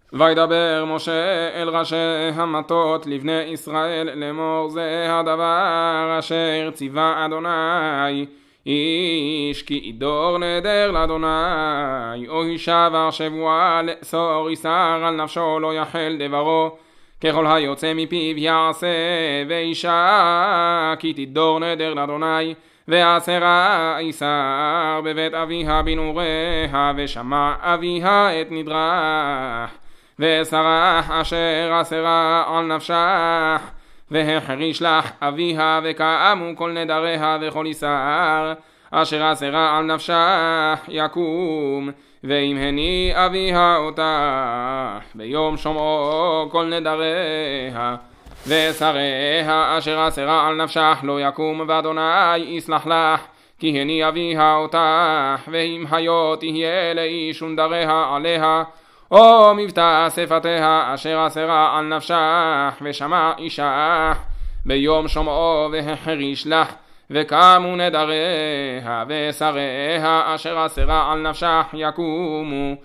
וידבר משה אל ראשי המטות לבני ישראל לאמור, זה הדבר אשר ציווה אדוני, איש כי ידור נדר לאדוני, או הישבר שבועה לאסור איסר על נפשו, לא יחל דברו, ככל היוצא מפיו יעשה, ואישה כי תדור נדר לאדוני, ועשרה איסר בבית אביה בנעוריה, ושמע אביה את נדרח, ושרה אשר אסרה על נפשה, והחריש לך אביה, וקאמו כל נדריה, וכל איסר אשר אסרה על נפשה יקום, ואם הני אביה אותה ביום שומעו כל נדריה, ושריה אשר אסרה על נפשך לא יקום, ואדוני יסלח לך, כי הני אביה אותך, ואם היו תהיה לאיש ונדריה עליה, או מבטא שפתיה אשר אסרה על נפשך, ושמע אישה ביום שומעו והחריש לך, וקמו נדריה ושריה אשר אסרה על נפשך יקומו,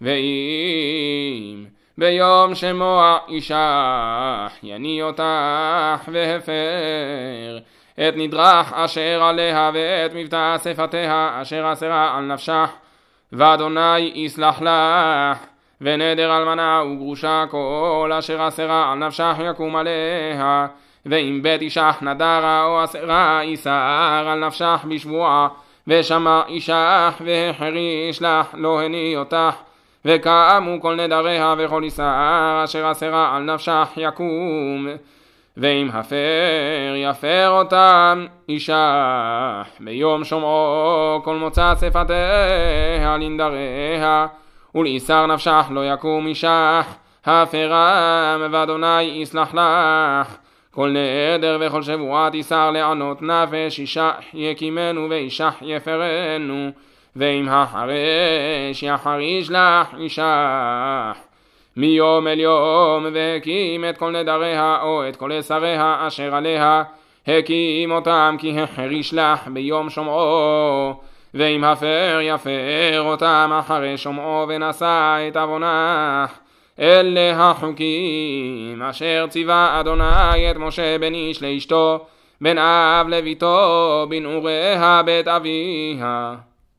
ואם ביום שמוע אישה יני אותך והפר את נדרח אשר עליה, ואת מבטא שפתיה אשר אסרה על נפשך, ואדוני יסלח לך, ונדר אלמנה וגרושה כל אשר אסרה על נפשך יקום עליה, ואם בית אישך נדרה או אסרה איסר על נפשך בשבועה, ושמע אישך והחריש לך לא הני אותך, וקאמו כל נדריה וכל איסר אשר אסרה על נפשך יקום, ואם הפר יפר אותם אישה ביום שומעו כל מוצא שפתיה לנדריה, ולאיסר נפשך לא יקום אישך הפרם, ואדוני יסלח לך. כל נדר וכל שבועת איסר לענות נפש אישה יקימנו ואישה יפרנו, ואם החרש יחריש לך אישה מיום אל יום, והקים את כל נדריה או את כל אסריה אשר עליה, הקים אותם כי החריש לך ביום שומעו, ואם הפר יפר אותם אחרי שומעו ונשא את עוונך. אלה החוקים אשר ציווה אדוני את משה בן איש לאשתו, בן אב לביתו, בנעוריה בית אביה.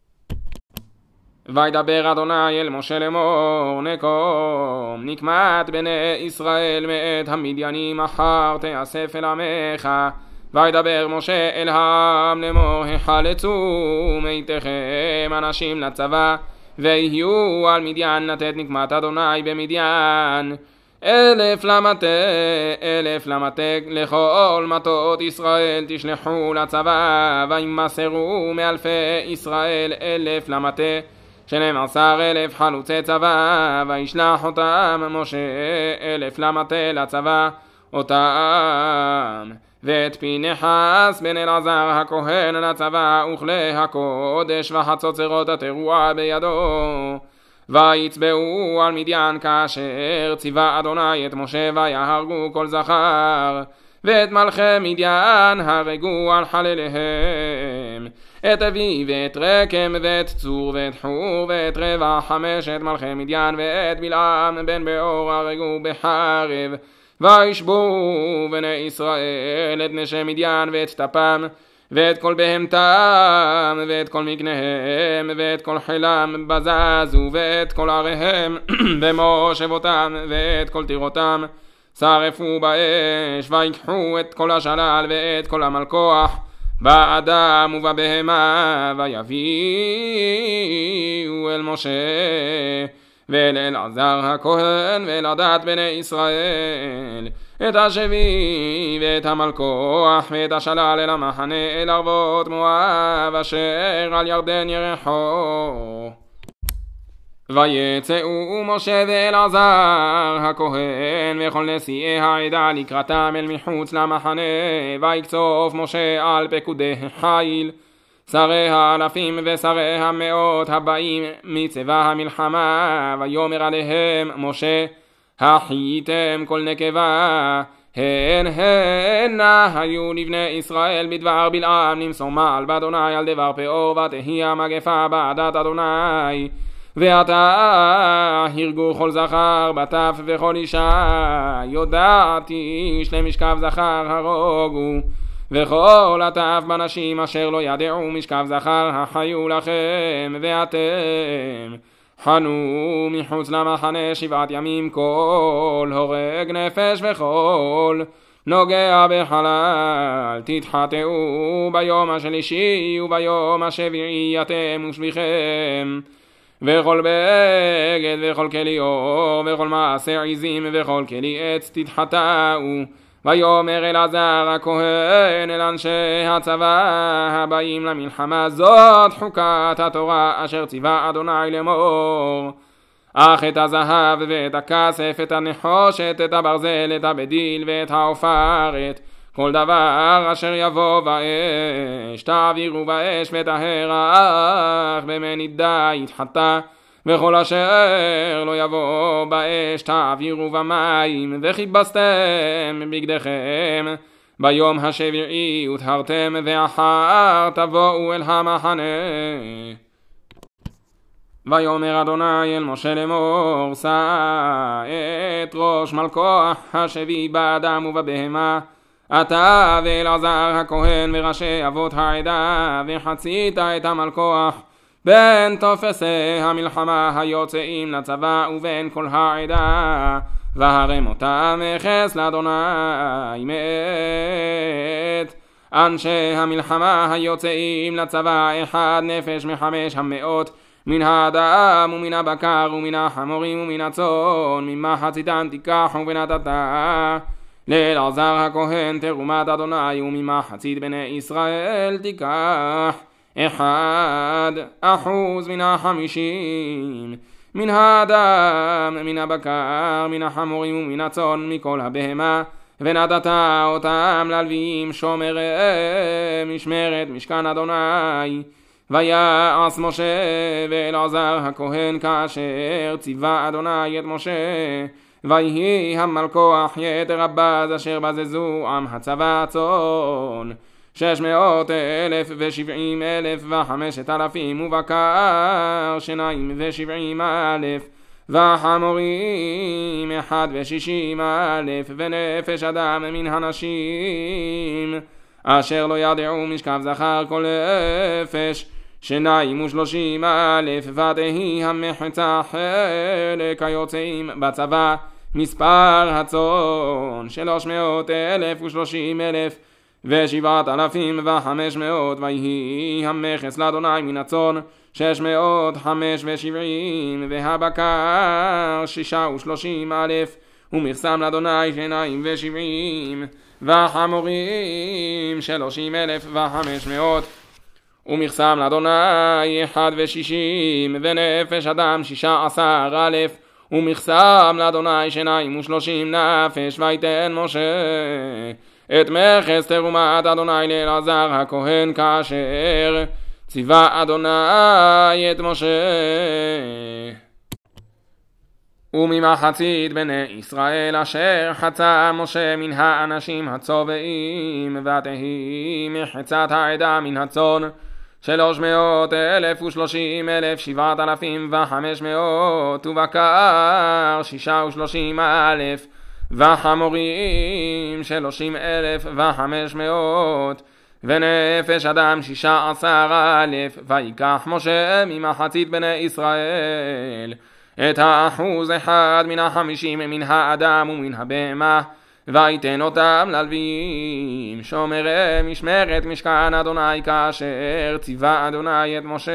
וידבר אדוני אל משה לאמור, נקום נקמת בני ישראל מאת המדיינים, אחר תאסף אל עמך. וידבר משה אל העם לאמור, החלצו מאיתכם אנשים לצבא, ויהיו על מדיין לתת נקמת אדוני במדיין. 1,000 למטה לכל מטות ישראל תשלחו לצבא, וימסרו מאלפי ישראל 1,000 למטה, 12,000 חלוצי צבא, וישלח אותם משה 1,000 למטה לצבא אותם, ואת פנחס בן אלעזר הכהן לצבא, וכלי הקודש וחצוצרות התרועה בידו. ויצבאו על מדיין כאשר ציווה אדוני את משה, ויהרגו כל זכר, ואת מלכי מדיין הרגו על חלליהם, את אבי ואת רקם ואת צור ואת חור ואת רבע, 5 מלכי מדיין, ואת בלעם בן באור הרגו בחרב. וישבו בני ישראל את נשי מדיין ואת טפם ואת כל בהמתם ואת כל מקניהם ואת כל חילם בזזו, ואת כל עריהם ומושבותם ואת כל טירותם שרפו באש. ויקחו את כל השלל ואת כל המלכוח באדם ובבהמה, ויביאו אל משה ואל אלעזר הכהן ואל עדת בני ישראל את השבי ואת המלכוח ואת השלל אל המחנה, אל ערבות מואב אשר על ירדן ירחו. ויצאו משה ואלעזר הכהן וכל נשיאי העדה לקראתם אל מחוץ למחנה, ויקצוף משה על פקודי חיל, שרי האלפים ושרי המאות הבאים מצבא המלחמה. ויאמר עליהם משה, החיתם כל נקבה, הן היו לבני ישראל בדבר בלעם למסור מעל באדוני על דבר פאור, ותהי המגפה בעדת אדוני. ועתה הרגו כל זכר בטף וכל אישה, יודעתי איש למשכב זכר הרוגו, וכל הטף בנשים אשר לא ידעו משכב זכר החיו לכם, ואתם חנו מחוץ למחנה 7 ימים, כל הורג נפש וכל נוגע בחלל תתחטאו ביום השלישי, וביום השביעי אתם ושביכם, וכל בגד וכל כלי אור וכל מעשה עזים וכל כלי עץ תתחטאו. ויאמר אלעזר הכהן אל אנשי הצבא הבאים למלחמה, זאת חוקת התורה אשר ציווה אדוני לאמור, אך את הזהב ואת הכסף, את הנחושת, את הברזל, את הבדיל ואת העופרת, כל דבר אשר יבוא באש תעבירו באש, וטהר האח במנידה יתחטא, וכל אשר לא יבוא באש תעבירו במים, וכיבסתם בגדיכם ביום השביעי וטהרתם, ואחר תבואו אל המחנה. ויאמר אדוני אל משה לאמור, שא את ראש מלכוח השבי באדם ובבהמה, אתה ואלעזר הכהן וראשי אבות העדה, וחצית את המלכוח בין תופסי המלחמה היוצאים לצבא ובין כל העדה, והרם אותם מכס לאדוני מאת אנשי המלחמה היוצאים לצבא 1 נפש מ500 מן האדם ומן הבקר ומן החמורים ומן הצאן, ממחציתם תיקח ונתת לאלעזר הכהן תרומת אדוני, וממחצית בני ישראל תיקח 1% מן 50 מן האדם, מן הבקר, מן החמורים ומן הצאן, מכל הבהמה, ונתת אותם ללוויים שומרי משמרת משכן אדוני. ויעש משה ואלעזר הכהן כאשר ציווה אדוני את משה, ויהי המלכוח יתר הבז אשר בזזו עם הצבא הצאן 670,000 ו5,000, ובקר 72,000 והחמורים 61,000, ונפש אדם מן הנשים אשר לא ידעו משכב זכר כל נפש 32,000, ותהי המחצה חלק היוצאים בצבא מספר הצאן 330,000 ו7,500, ויהי המכס לאדוני מן הצאן 675, והבקר 36,000, ומכסם לאדוני 72, והחמורים 30,500, ומכסם לאדוני 61, ונפש אדם 16,000, ומכסם לאדוני 32 נפש. ויתן משה את מכס תרומת אדוני לאלעזר הכהן כאשר ציווה אדוני את משה. וממחצית בני ישראל אשר חצה משה מן האנשים הצובעים, ותהי מחצת העדה מן הצאן 330,000 7,500, ובקר 36,000 והחמורים 30,500, ונפש אדם 16,000. ויקח משה ממחצית בני ישראל את 1% מן 50 מן האדם ומן הבהמה, ויתן אותם ללוויים שומרי משמרת משכן אדוני כאשר ציווה אדוני את משה.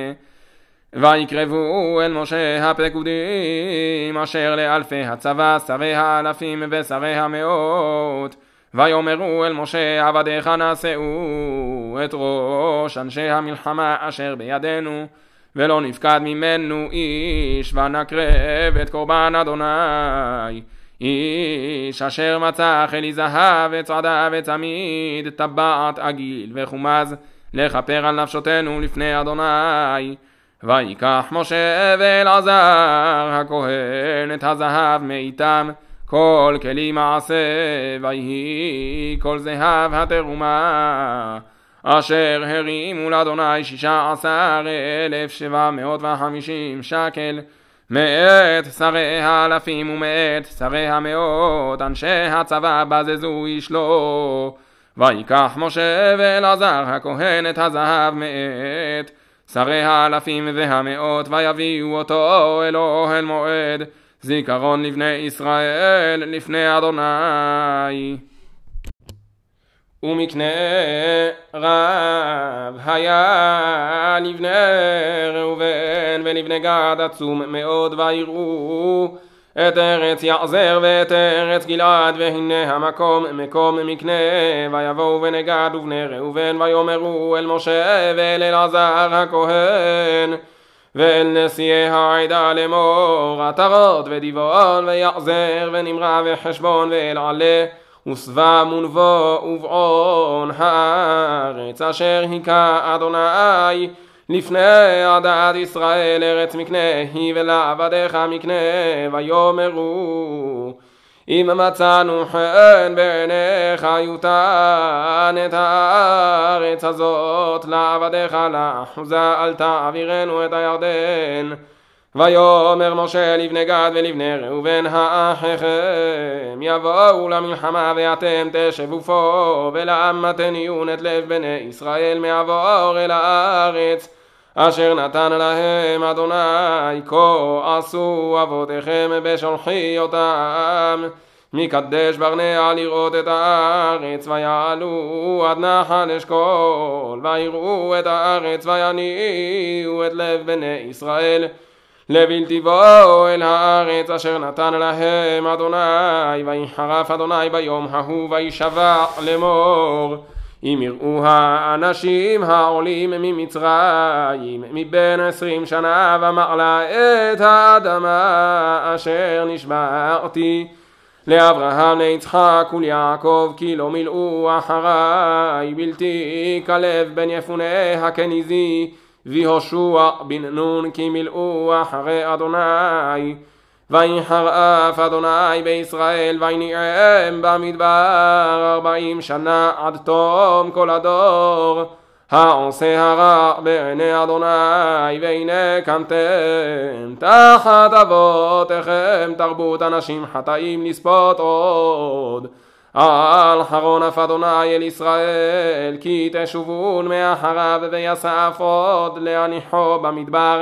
ויקרבו אל משה הפקודים אשר לאלפי הצבא, שרי האלפים ושרי המאות, ויאמרו אל משה עבדיך נשאו את ראש אנשי המלחמה אשר בידינו, ולא נפקד ממנו איש, ונקרב את קורבן אדוני, איש אשר מצא חלי זהב וצעדה וצמיד, טבעת עגיל וחומז, לכפר על נפשותנו לפני אדוני. ויקח משה ואלעזר הכהן את הזהב מאיתם, כל כלי מעשה, ויהי כל זהב התרומה אשר הרימו לאדוני 16,750 שקל, מאת שרי האלפים ומאת שרי המאות, אנשי הצבא בזזו איש לו. ויקח משה ואלעזר הכהן את הזהב מאת שרי האלפים והמאות, ויביאו אותו אל אוהל מועד, זיכרון לבני ישראל לפני אדוני. ומקנה רב היה לבני ראובן ולבני גד עצום מאוד, ויראו את ארץ יעזר ואת ארץ גלעד, והנה המקום מקום מקנה. ויבואו בני גד ובני ראובן ויאמרו אל משה ואל אלעזר הכהן ואל נשיאי העדה לאמור, עטרות ודיבון ויעזר ונמרה וחשבון ואל עלה וסבם ונבו ובעון, הארץ אשר היכה אדוני לפני עדת ישראל, ארץ מקנה היא ולעבדיך מקנה. ויאמרו אם מצאנו חן בעיניך יותן את הארץ הזאת לעבדיך לאחוזה, אל תעבירנו את הירדן. ויאמר משה לבני גד ולבני ראובן, האחיכם יבואו למלחמה ואתם תשבו פה, ולעם תניון את לב בני ישראל מעבור אל הארץ אשר נתן להם אדוני, כה עשו אבותיכם בשולחי אותם מקדש ברנע לראות את הארץ. ויעלו עד נחל אשכול ויראו את הארץ, ויניעו את לב בני ישראל לבלתי בואו אל הארץ אשר נתן להם אדוני. ויחרף אדוני ביום ההוא וישבע לאמור, אם יראו האנשים העולים ממצרים מבין 20 שנה ומעלה את האדמה אשר נשבעתי לאברהם ליצחק וליעקב, כי לא מילאו אחרי בלתי כלב בן יפונה הכניזי ויהושע בן נון, כי מילאו אחרי אדוני. ויחרף אדוני בישראל ויניעם במדבר 40 שנה עד תום כל הדור העושה הרע בעיני אדוני. והנה קמתם תחת אבותיכם תרבות אנשים חטאים לספות עוד, על חרון אף אדוני אל ישראל, כי תשובון מאחריו ויסף עוד להניחו במדבר.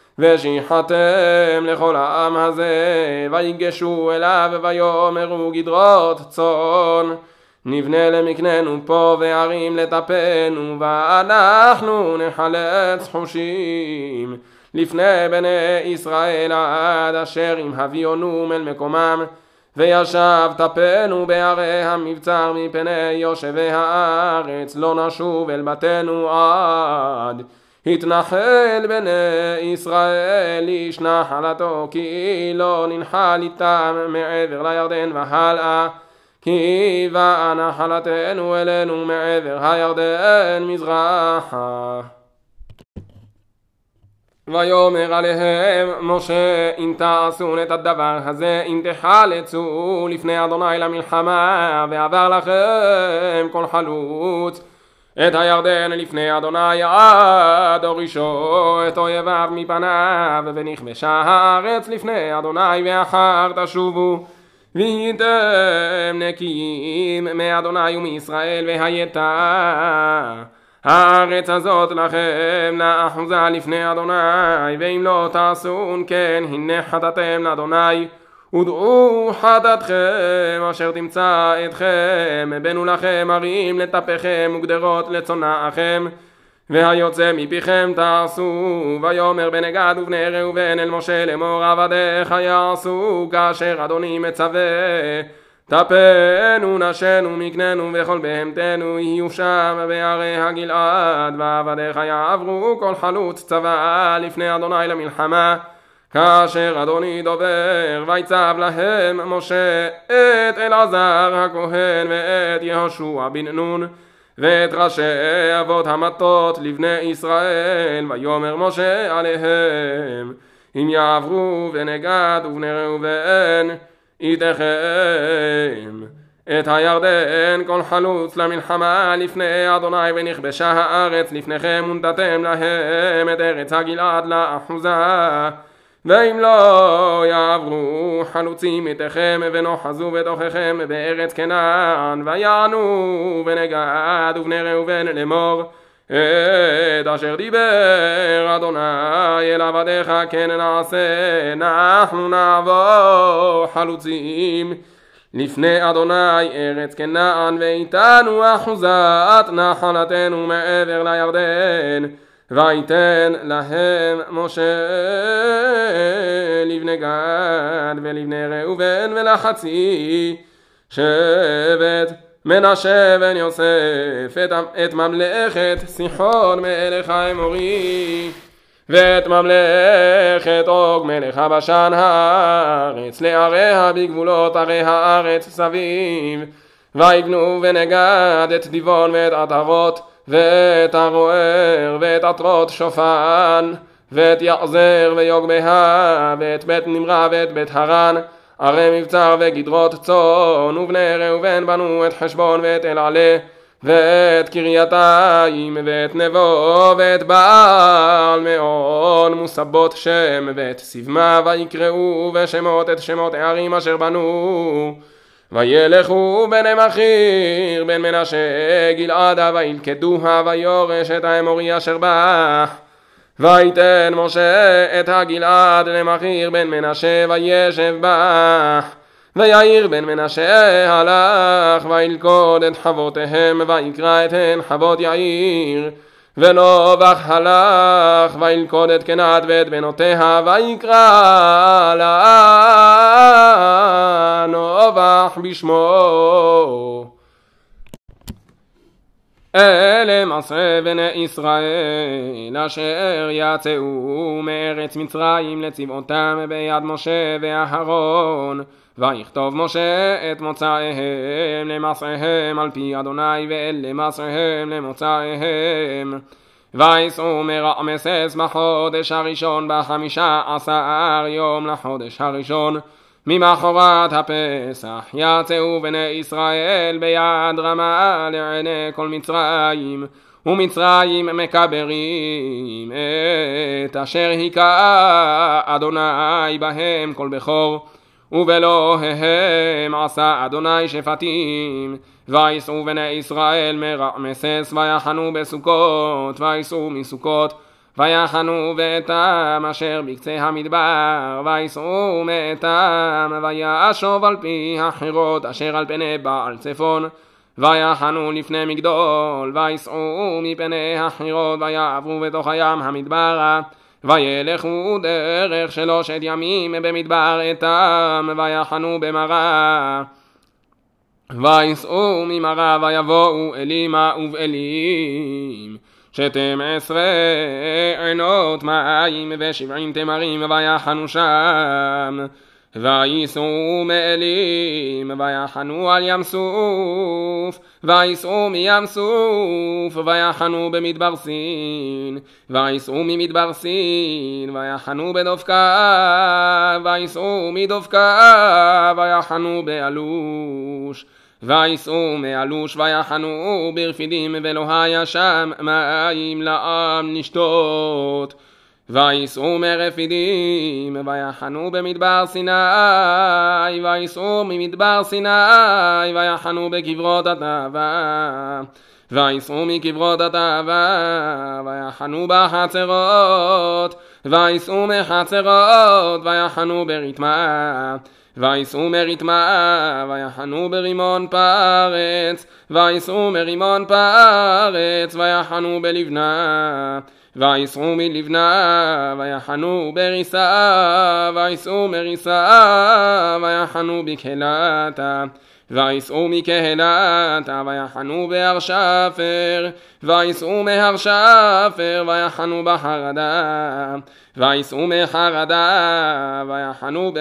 ושיחתם לכל העם הזה ויגשו אליו ויאמרו גדרות צאן נבנה למקננו פה וערים לטפנו, ואנחנו נחלץ חושים לפני בני ישראל עד אשר אם הביאונום אל מקומם. וישב טפנו בערי המבצר מפני יושבי הארץ, לא נשוב אל בתינו עד התנחל בני ישראל איש נחלתו, כי לא ננחל איתם מעבר לירדן והלאה, כי באה נחלתנו אלינו מעבר הירדן מזרחה. ויאמר עליהם משה, אם תעשון את הדבר הזה, אם תחלצו לפני אדוני למלחמה, ועבר לכם כל חלוץ את הירדן לפני אדוני עד הורישו את אויביו מפניו, ונכבשה הארץ לפני אדוני, ואחר תשובו והייתם נקיים מאדוני ומישראל, והייתה הארץ הזאת לכם לאחוזה לפני אדוני. ואם לא תעשון כן, הנה חטאתם לאדוני, ודעו חטאתכם אשר תמצא אתכם, בנו לכם ערים לטפכם וגדרות לצונאכם, והיוצא מפיכם תעשו. ויאמר בני גד ובני ראובן אל משה לאמור, עבדיך יעשו כאשר אדוני מצווה, טפנו נשנו מקננו וכל בהמתנו יהיו שם בערי הגלעד, ועבדיך יעברו כל חלוץ צבא לפני אדוני למלחמה כאשר אדוני דובר. ויצב להם משה את אלעזר הכהן ואת יהושע בן נון ואת ראשי אבות המטות לבני ישראל. ויאמר משה עליהם, אם יעברו בני גד ובני ראובן איתכם את הירדן כל חלוץ למלחמה לפני אדוני ונכבשה הארץ לפניכם ונתתם להם את ארץ הגלעד לאחוזה. ואם לא יעברו חלוצים מתיכם ונוחזו בתוככם בארץ כנען ויענו בני גד ובני ראובן לאמור את אשר דיבר אדוני אל עבדיך כן נעשה, אנחנו נעבור חלוצים לפני אדוני ארץ כנען ואיתנו אחוזת נחלתנו מעבר לירדן. ויתן להם משה לבני גד ולבני ראובן ולחצי שבט מנשה בן יוסף את ממלכת סיחון מלך האמורי ואת ממלכת אוג מלך הבשן הארץ לעריה בגבולות ערי הארץ סביב. ויבנו בני גד את דיבון ואת עטרות ואת הרוער ואת עטרות שופן ואת יעזר ויוגבהה ואת בית נמרה ואת בית הרן ערי מבצר וגדרות צאן. ובני ראובן בנו את חשבון ואת אלעלה ואת קרייתיים ואת נבו ואת בעל מעון מוסבות שם ואת סבמה ויקראו בשמות את שמות הערים אשר בנו. וילכו בני מחיר בן מנשה גלעדה וילכדוה ויורש את האמורי אשר בה. ויתן משה את הגלעד למחיר בן מנשה וישב בה. ויאיר בן מנשה הלך וילכוד את חבותיהם ויקרא את הן חבות יאיר. ונובח הלך וילכוד את קנת ואת בנותיה ויקרא לה נובח בשמו. אלה מעשה בני ישראל אשר יצאו מארץ מצרים לצבאותם ביד משה ואהרון. ויכתוב משה את מוצאיהם למעשיהם על פי אדוני ואלה מעשיהם למוצאיהם. ויסעו מרעמסס בחודש הראשון ב15 יום לחודש הראשון ממחרת הפסח. יצאו בני ישראל ביד רמה לעיני כל מצרים ומצרים מקברים את אשר היכה אדוני בהם כל בכור ובאלוהיהם עשה אדוני שפטים. ויסעו בני ישראל מרעמסס ויחנו בסוכות ויסעו מסוכות ויחנו באתם אשר בקצה המדבר. ויסעו מאתם וישוב על פי החירות אשר על פני בעל צפון ויחנו לפני מגדול. ויסעו מפני החירות ויעברו בתוך הים המדברה וילכו דרך 3 ימים במדבר אתם ויחנו במרה. ויסעו ממרה ויבואו אלימה ובאלים 12 עינות מים ו70 תמרים ויחנו שם. ויסעו מאלים ויחנו על ים סוף. ויסעו מים סוף ויחנו במדבר סין. ויסעו ממדבר סין ויחנו בדופקה. ויסעו מדופקה ויחנו באלוש. ויסעו מאלוש ויחנו ברפידים ולא היה שם מים לעם לשתות. ויסעו מרפידים ויחנו במדבר סיני. ויסעו ממדבר סיני ויחנו בקברות התאווה. ויסעו מקברות התאווה ויחנו בחצרות. ויסעו מחצרות ויחנו ברתמה. ויסעו מרתמה ויחנו ברימון פרץ. ויסעו מרימון פרץ ויחנו בלבנה. ויסעו מלבנה ויחנו בריסה. ויסעו מריסה ויחנו בקהלתה. ויסעו מקהלתה ויחנו בהר שפר. ויסעו מהר שפר ויחנו בחרדה. ויסעו מחרדה ויחנו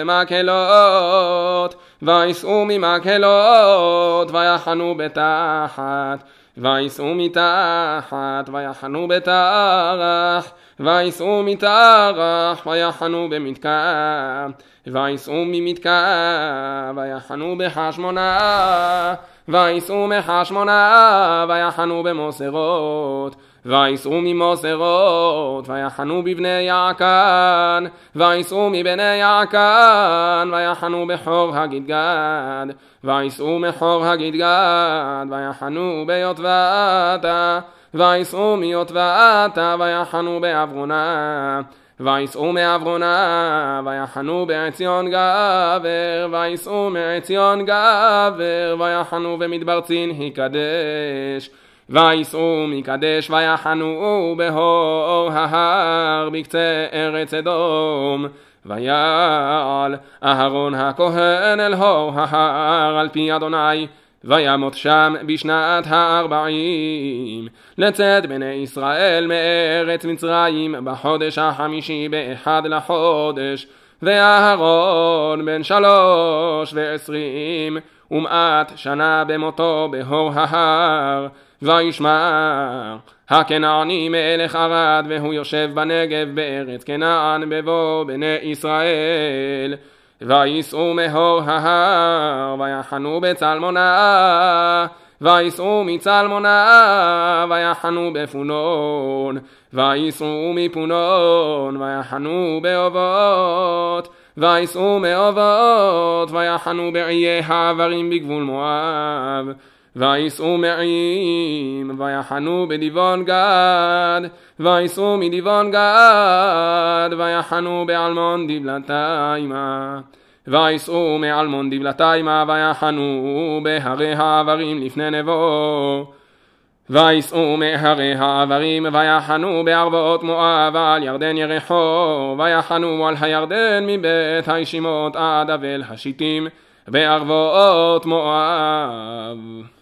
במקהלות. ויסעו ממקהלות ויחנו בתחת. וייסעו מתחת ויחנו בתרח, וייסעו מתרח ויחנו במתקע, וייסעו ממתקע ויחנו בחשמונה, וייסעו מחשמונה ויחנו במוסרות, וייסעו ממוסרות ויחנו בבני יעקן, וייסעו מבני יעקן ויחנו בחור הגדגד, וייסעו מחור הגדגד ויחנו ביוטבתה, וייסעו מיוטבתה ויחנו בעברונה, וייסעו מעברונה ויחנו בעציון גבר, וייסעו מעציון גבר ויחנו במדבר צין הקדש, וייסעו מקדש ויחנו בהור ההר בקצה ארץ אדום, ויעל אהרון הכהן אל הור ההר על פי אדוני, וימות שם בשנת 40 לצאת בני ישראל מארץ מצרים בחודש החמישי באחד לחודש, ואהרון בן 23 ומעט שנה במותו בהור ההר. וישמע הכנעני מלך ערד והוא יושב בנגב בארץ כנען בבוא בני ישראל, וייסעו מהור ההר ויחנו בצלמונה, וייסעו מצלמונה ויחנו בפונון, וייסעו מפונון ויחנו באובות, וייסעו מאובות ויחנו בעיי העברים בגבול מואב, וייסעו מעיים ויחנו בדיבון גד, וייסעו מדיבון גד ויחנו בעלמון דיבלתיימה, וייסעו מעלמון דיבלתיימה ויחנו בהרי העברים לפני נבו, וייסעו מהרי העברים ויחנו בערבות מואב על ירדן יריחו, ויחנו על הירדן מבית הישימות עד אבל השיטים בערבות מואב.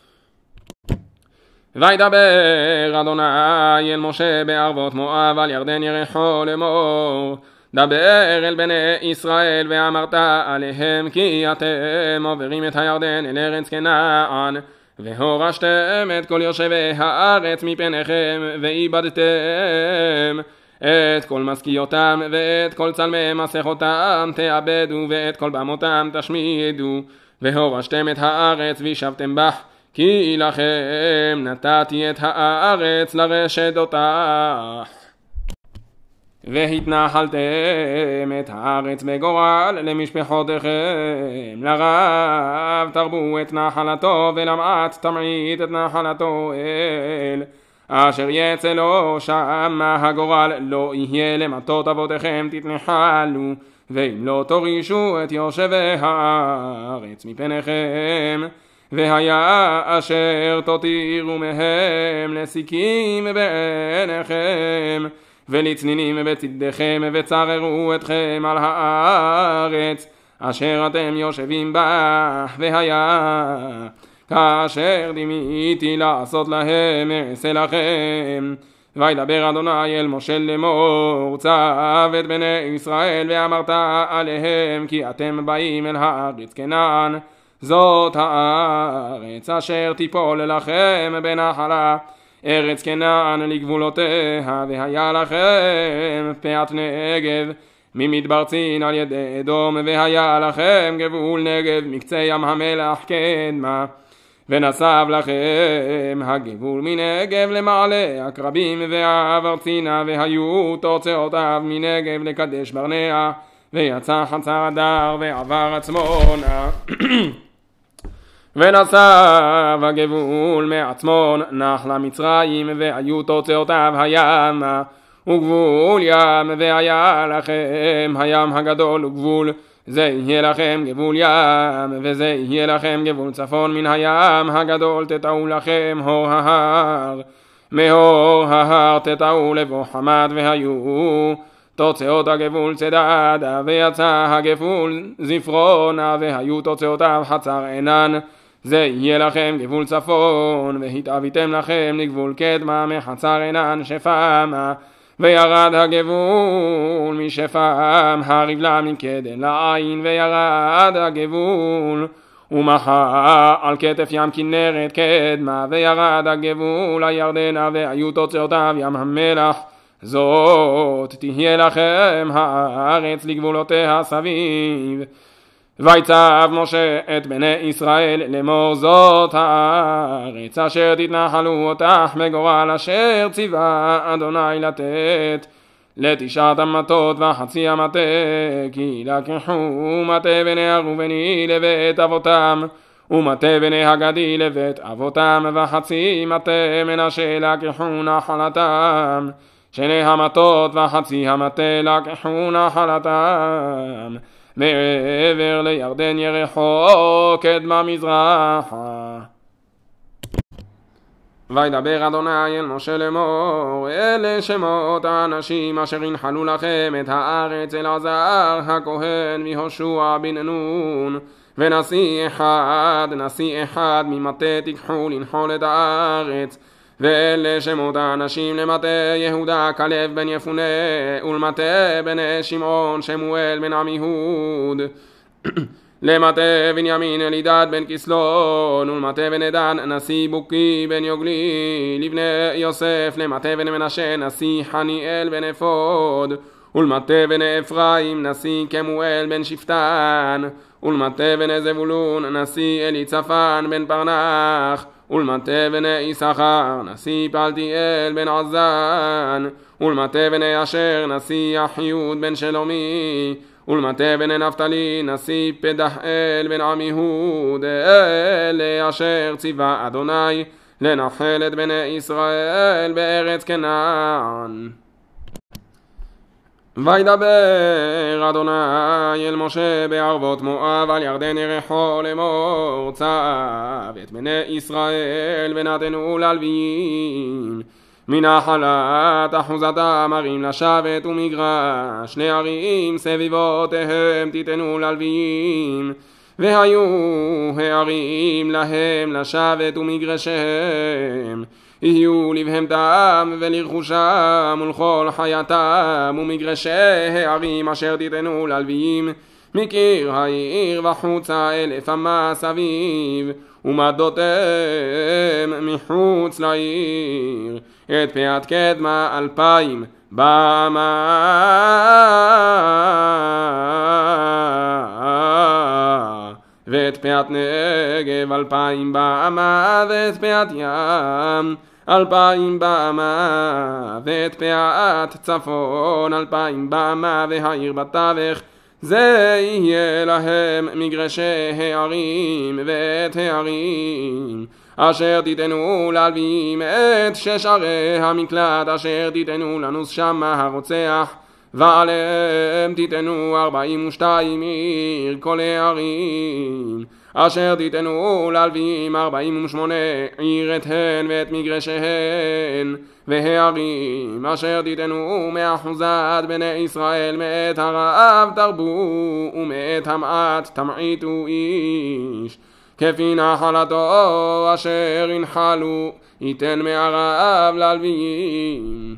וידבר אדוני אל משה בערבות מואב על ירדן יריחו לאמור, דבר אל בני ישראל ואמרת עליהם כי אתם עוברים את הירדן אל ארץ כנען, והורשתם את כל יושבי הארץ מפניכם, ואיבדתם את כל משכיותם ואת כל צלמי מסכותם תאבדו, ואת כל במותם תשמידו, והורשתם את הארץ וישבתם בך, כי לכם נתתי את הארץ לרשת אותה. והתנחלתם את הארץ בגורל למשפחותיכם, לרב תרבו את נחלתו ולמעט תמעיט את נחלתו אל אשר יצא לו שמה הגורל, לא יהיה למטות אבותיכם תתנחלו, ואם לא תורישו את יושבי הארץ מפניכם, והיה אשר תותירו מהם לסיכים בעיניכם ולצנינים בצדכם, וצררו אתכם על הארץ אשר אתם יושבים בה, והיה כאשר דימיתי לעשות להם אעשה לכם. וידבר אדוני אל משה לאמור, צב את בני ישראל ואמרת עליהם כי אתם באים אל הארץ כנען, זאת הארץ אשר תיפול לכם בנחלה, ארץ כנען לגבולותיה, והיה לכם פאת נגב ממדבר צין על ידי אדום, והיה לכם גבול נגב מקצה ים המלח קדמה, ונסב לכם הגבול מנגב למעלה הקרבים ועבר צינה, והיו תוצאותיו מנגב לקדש ברנע, ויצא חצר הדר ועבר עצמונה ונסב הגבול מעצמון נחלה מצרים, והיו תוצאותיו הימה וגבול ים, והיה לכם הים הגדול וגבול, זה יהיה לכם גבול ים, וזה יהיה לכם גבול צפון מן הים הגדול, תטעו לכם הור ההר, מהור ההר תטעו לבוא חמד, והיו תוצאות הגבול צדדה, ויצא הגבול זפרונה, והיו תוצאותיו חצר עינן, זה יהיה לכם גבול צפון, והתאביתם לכם לגבול קדמה מחצר עינן שפמה, וירד הגבול משפם הרבלה מקדן לעין, וירד הגבול ומחה על כתף ים כנרת קדמה, וירד הגבול הירדנה, והיו תוצאותיו ים המלח. זאת תהיה לכם הארץ לגבולותיה סביב. ויצב משה את בני ישראל לאמור, זאת הארץ אשר תתנחלו אותך בגורל אשר ציווה אדוני לתת לתשעת המטות וחצי המטה, כי לקחו מטה בני הראובני לבית אבותם, ומטה בני הגדי לבית אבותם, וחצי מטה מנשה לקחו נחלתם. שני המטות וחצי המטה לקחו נחלתם מעבר לירדן ירחו קדמה מזרחה. וידבר אדוני אל משה לאמור, אלה שמות האנשים אשר ינחלו לכם את הארץ, אלעזר הכהן ויהושע בן נון, ונשיא אחד ממטה תיקחו לנחול את הארץ. ואלה שמות האנשים למטה יהודה כלב בן יפונה, ולמטה בני שמעון שמואל בן עמיהוד. למטה בנימין אלידד בן כסלון, ולמטה בני דן נשיא בוקי בן יוגלי. לבני יוסף למטה בני מנשה נשיא חניאל בן אפוד, ולמטה בני אפרים נשיא כמואל בן שפטן, ולמטה בני זבולון נשיא אליצפן בן פרנח, ולמטה בני יששכר נשיא פלטיאל בן עזן, ולמטה בני אשר נשיא אחיוד בן שלומי, ולמטה בני נפתלי נשיא פדחאל בן עמיהוד. אלה אשר ציווה אדוני לנחל את בני ישראל בארץ כנען. וידבר אדוני אל משה בערבות מואב על ירדן ירחו לאמור, צב את בני ישראל ונתנו ללוויים מנחלת אחוזתם ערים לשבת ומגרש, שני ערים סביבותיהם תיתנו ללוויים, והיו הערים להם לשבת ומגרשיהם, יהיו לבהמתם ולרכושם ולכל חייתם, ומגרשי הערים אשר תיתנו ללוויים מקיר העיר וחוצה 1000 אמה סביב, ומדותיהם מחוץ לעיר. את פאת קדמה 2000 באמה, ואת פאת נגב 2000 באמה, ואת פאת ים 2000 באמה, ואת פאת צפון 2000 באמה, והעיר בתווך. זה יהיה להם מגרשי הערים, ואת הערים אשר תיתנו ללוויים את 6 ערי המקלט אשר תיתנו לנוס שמה הרוצח, ועליהם תיתנו 42 עיר כל הערים אשר תיתנו ללוויים 48 עיר את הן ואת מגרשיהן, והערים אשר תיתנו מאחוזת בני ישראל מאת הרעב תרבו, ומאת המעט תמעיטו איש, כפי נחלתו אשר ינחלו ייתן מהרעב ללוויים.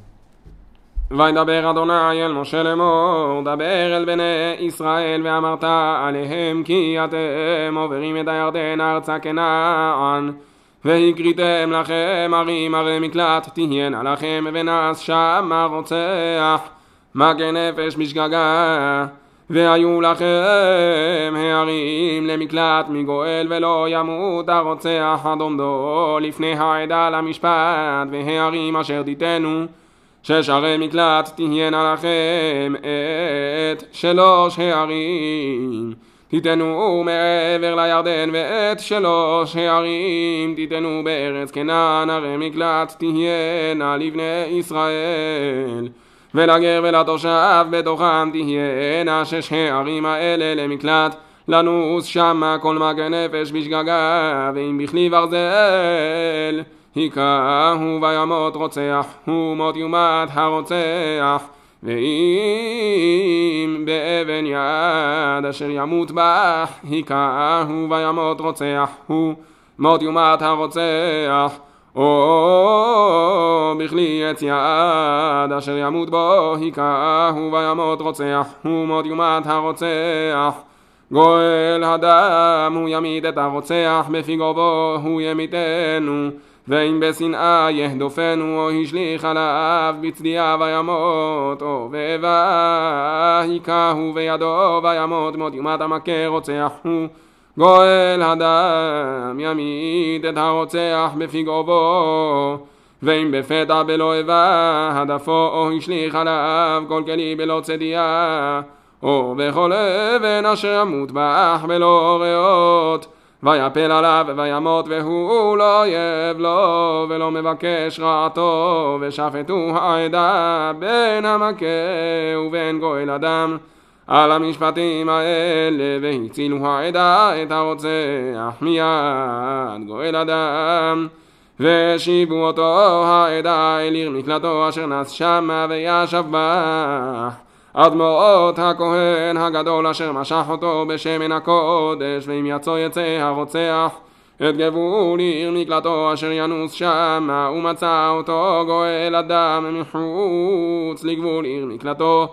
וידבר אדוני אל משה לאמור, דבר אל בני ישראל ואמרת עליהם, כי אתם עוברים את הירדן ארצה כנען, והקריתם לכם ערים ערי מקלט תהיינה לכם, ונס שם הרוצח מכה נפש בשגגה, והיו לכם הערים למקלט מגואל, ולא ימות הרוצח עד עומדו לפני העדה למשפט. והערים אשר תיתנו 6 ערי מקלט תהיינה לכם, את 3 הערים תיתנו מעבר לירדן, ואת 3 הערים תיתנו בארץ כנען ערי מקלט תהיינה לבני ישראל, ולגר ולתושב בתוכם תהיינה 6 הערים האלה למקלט לנוס שמה כל מכה נפש בשגגה. ואם בכלי ברזל היכהו וימות רוצח, הוא מות יומת הרוצח, ואם באבן יד אשר ימות בה היכהו וימות רוצח, הוא מות יומת הרוצח, או בכלי עץ יד אשר ימות בו היכהו וימות רוצח, הוא מות יומת הרוצח, גואל הדם הוא ימית את הרוצח, בפי גובו הוא ימיתנו, ואם בשנאה יהדופנו, או השליך עליו בצדיעה וימות, או באיבה היכהו בידו וימות, מות יומת המכה רוצח הוא. גואל הדם ימית את הרוצח בפי גובו, ואם בפתע בלא איבה הדפו, או השליך עליו כל כלי בלא צדיעה, או בכל אבן אשר ימות בך בלא ריאות, ויפל עליו וימות, והוא לא אויב לו ולא מבקש רעתו, ושפטו העדה בין המכה ובין גואל הדם על המשפטים האלה, והצילו העדה את הרוצח מיד גואל הדם, ושיבו אותו העדה אל עיר מקלטו אשר נס שמה וישב בה עד מות הכהן הגדול אשר משח אותו בשמן הקודש, ואם יצא הרוצח את גבול עיר מקלטו אשר ינוס שמה, ומצא אותו גואל הדם מחוץ לגבול עיר מקלטו,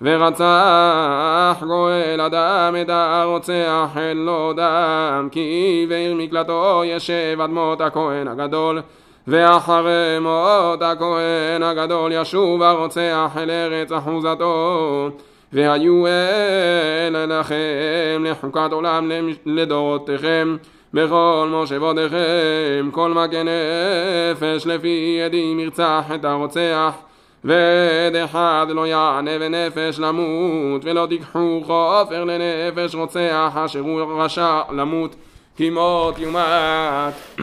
ורצח גואל הדם את הרוצח אל לו דם, כי בעיר מקלטו ישב עד מות הכהן הגדול, ואחרי מות הכהן הגדול ישוב הרוצח אל ארץ אחוזתו, והיו אלה לכם לחוקת עולם לדורותיכם בכל מושבותיכם, כל מכה נפש לפי ידים ירצח את הרוצח, ועד אחד לא יענה ונפש למות, ולא תיקחו חופר לנפש רוצח אשר הוא רשע למות, כי מות יומת.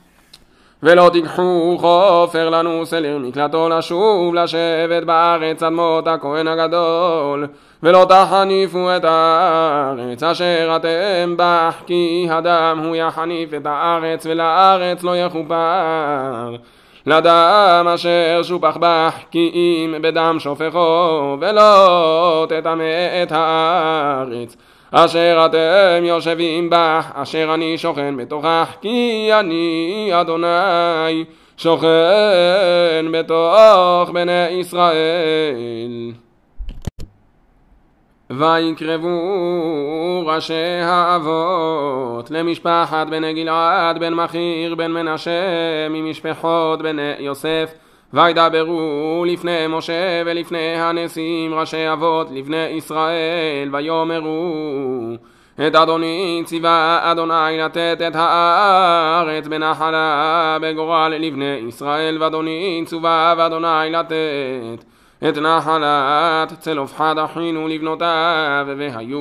ולא תיקחו חופר לנוס אל עיר מקלטו לשוב לשבת בארץ עד מות הכהן הגדול, ולא תחניפו את הארץ אשר אתם בך, כי הדם הוא יחניף את הארץ, ולארץ לא יכופר לדם אשר שופך בך, כי אם בדם שופכו, ולא תטמא את הארץ אשר אתם יושבים בך, אשר אני שוכן בתוכך, כי אני אדוני שוכן בתוך בני ישראל. ויקרבו ראשי האבות למשפחת בני גלעד בן מכיר בן מנשה ממשפחות בני יוסף, וידברו לפני משה ולפני הנשיאים ראשי אבות לבני ישראל, ויאמרו את אדוני ציווה אדוני לתת את הארץ בנחלה בגורל לבני ישראל, ואדוני צווה ואדוני לתת את נחלת צלופחד אחינו לבנותיו, והיו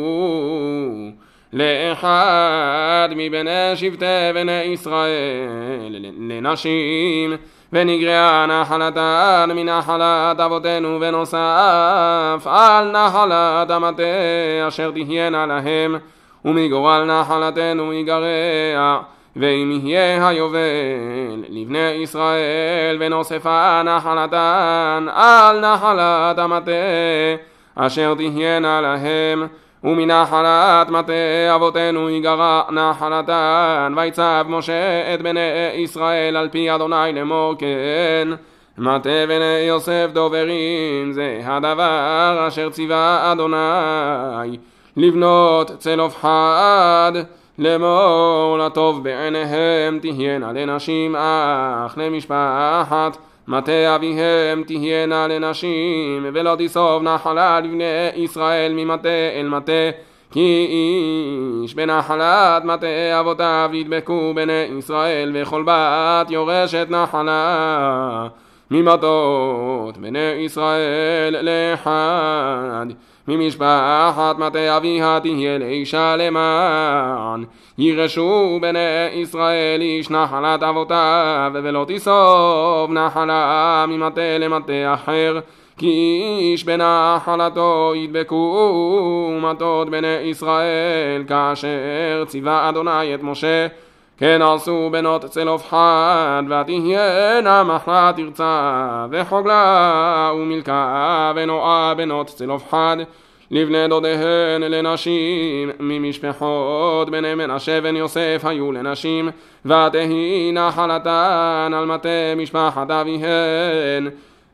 לאחד מבני שבטי בני ישראל לנשים, ונגרעה נחלתן מנחלת אבותינו, ונוסף על נחלת המטה אשר תהיינה להם, ומגורל נחלתנו יגרע. ואם יהיה היובל לבני ישראל ונוספה נחלתן על נחלת המטה אשר תהיינה להם, ומנחלת מטה אבותינו יגרע נחלתן, ויצב משה את בני ישראל על פי אדוני לאמור כן, מטה בני יוסף דוברים, זה הדבר אשר ציווה אדוני לבנות צלופחד, לאמור לטוב בעיניהם תהיינה לנשים, אך למשפחת מטה אביהם תהיינה לנשים, ולא תסוב נחלה לבני ישראל ממטה אל מטה, כי איש בנחלת מטה אבותיו ידבקו בני ישראל, וכל בת יורשת נחלה ממטות בני ישראל לאחד. ממשפחת מטה אביה תהיה לאישה למען ירשו בני ישראל איש נחלת אבותיו, ולא תסוב נחלה ממטה למטה אחר, כי איש בנחלתו ידבקו מטות בני ישראל, כאשר ציווה אדוני את משה כן עשו בנות צלופחד, ותהיינה מחלה תרצה וחוגלה ומלכה ונועה בנות צלופחד לבני דודיהן לנשים, ממשפחות בני מנשה בן יוסף היו לנשים, ותהי נחלתן על מטה משפחת אביהן,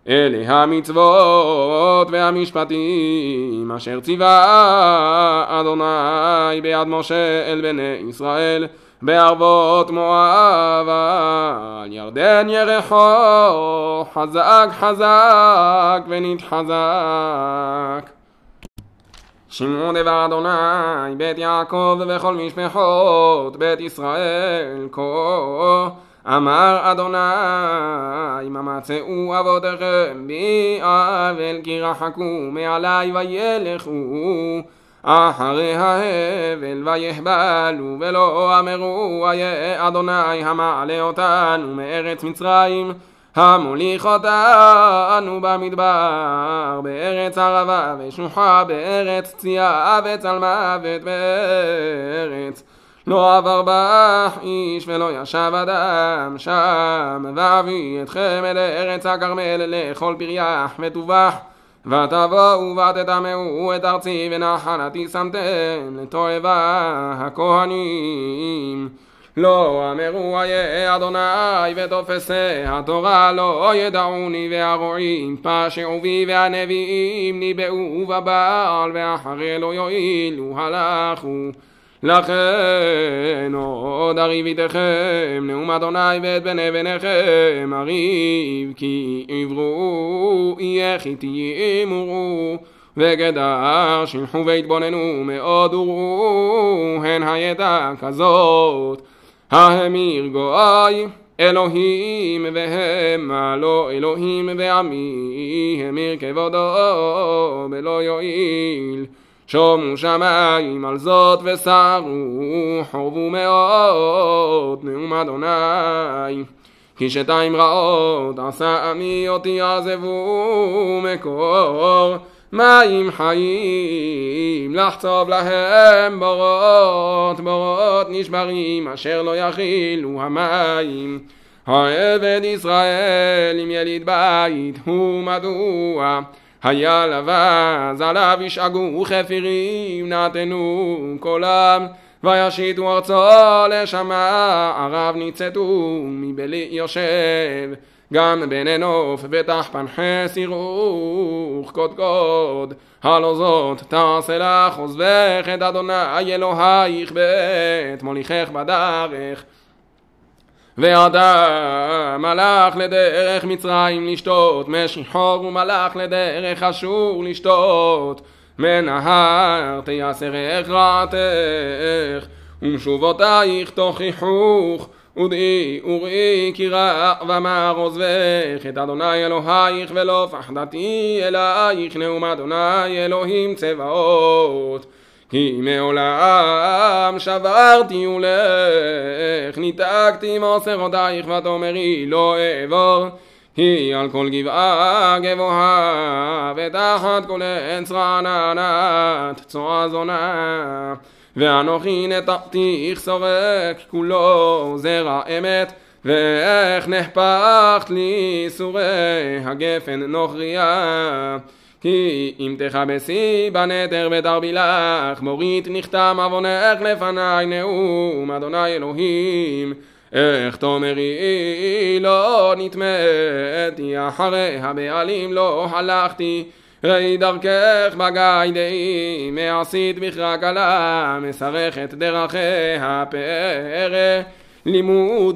אלה המצוות והמשפטים אשר ציווה אדוני ביד משה אל בני ישראל בערבות מואב על ירדן ירחו, חזק חזק ונתחזק. שמעו דבר אדוני בית יעקב וכל משפחות בית ישראל כה אמר אדוני מה מצאו אבותיכם בי אבל כי רחקו מעלי וילכו אחרי ההבל ויחבלו ולא אמרו איה אדוני המעלה אותנו מארץ מצרים המוליך אותנו במדבר בארץ ערבה ושלוחה בארץ צייה וצל מוות בארץ לא עבר בך איש ולא ישב אדם שם ואביא אתכם אל ארץ הכרמל לאכול פרייך וטובח ותבואו ותטמאו את ארצי ונחלתי שמתם לתועבה הכהנים לא אמרו איה אדוני ותופסי התורה לא ידעוני והרועים פשעו בי והנביאים ניבאו בבעל ואחרי לא יועילו הלכו לכן עוד אריב איתכם נאום אדוני ואת בני בניכם אריב כי עברו יהיה חיתי אמורו וגדר שילחו והתבוננו מאוד וראו הן הייתה כזאת ההמיר גוי אלוהים והמה לא אלוהים ועמי המיר כבודו ולא יועיל שומו שמיים על זאת וסרו חורבו מאוד נאום אדוני כי שתיים רעות עשה עמי אותי יעזבו מקור מים חיים לחצוב להם בורות בורות נשברים אשר לא יכילו המים העבד ישראל עם יליד בית הוא מדוע היה לבז עליו ישאגו חפירים נתנו קולם וישיתו ארצו לשמה ערב ניצתו מבלי יושב גם בני נוף ותחפן חסירוך קודקוד הלא זאת תעשה לך עוזבך את אדוני אלוהיך בית מוליכך בדרך ואדם הלך לדרך מצרים לשתות משיחור ומלך לדרך אשור לשתות מנהר תייסרך רעתך ומשובותייך תוכיחוך ודעי וראי כי רע ואמר עוזבך את אדוני אלוהיך ולא פחדתי אלייך נאום אדוני אלוהים צבאות כי מעולם שברתי ולך ניתקתי מוסרותייך ותאמרי לא אעבור היא על כל גבעה גבוהה ותחת כל עץ רעננת צועה זונה ואנוכי נטעתיך סורק כולו זרע אמת ואיך נחפכת לי סורי הגפן נוכריה כי אם תכבסי בנתר ותרבי לך מורית נחתם עוונך לפני נאום אדוני אלוהים איך תאמרי לא נטמאתי אחרי הבעלים לא הלכתי ראי דרכך בגיידי מעשית בכרה קלה מסרכת דרכיה פרא לימוד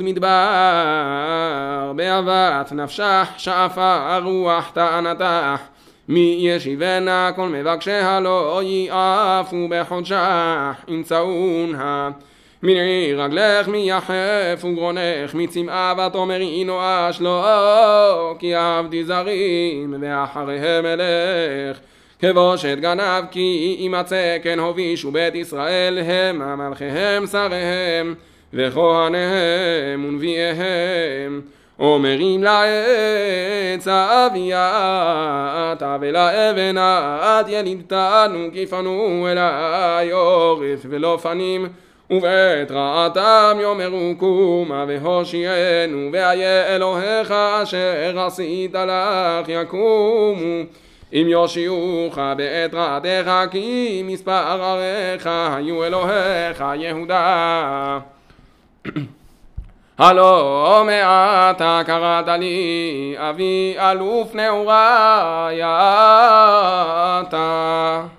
מדבר באהבת נפשך שאפה רוח טענתך מי ישיבנה כל מבקשיה לא יעפו בחודשך ימצאונה מנעי רגלך מי יחף וגרונך מצמאה ותאמרי נואש לא כי אהבתי זרים ואחריהם אלך כבושת גנב כי ימצא כן הובישו בית ישראל המה מלכיהם שריהם וכהניהם ונביאיהם אומרים לעץ אביית ולאבן את ילידתנו כי פנו אלי עורף ולא פנים ובעת רעתם יאמרו קומה והושיענו ואיה אלוהיך אשר עשית לך יקומו אם יושיעוך בעת רעתך כי מספר עריך היו אלוהיך יהודה הלא מעתה קראת לי, אבי אלוף נעורי אתה.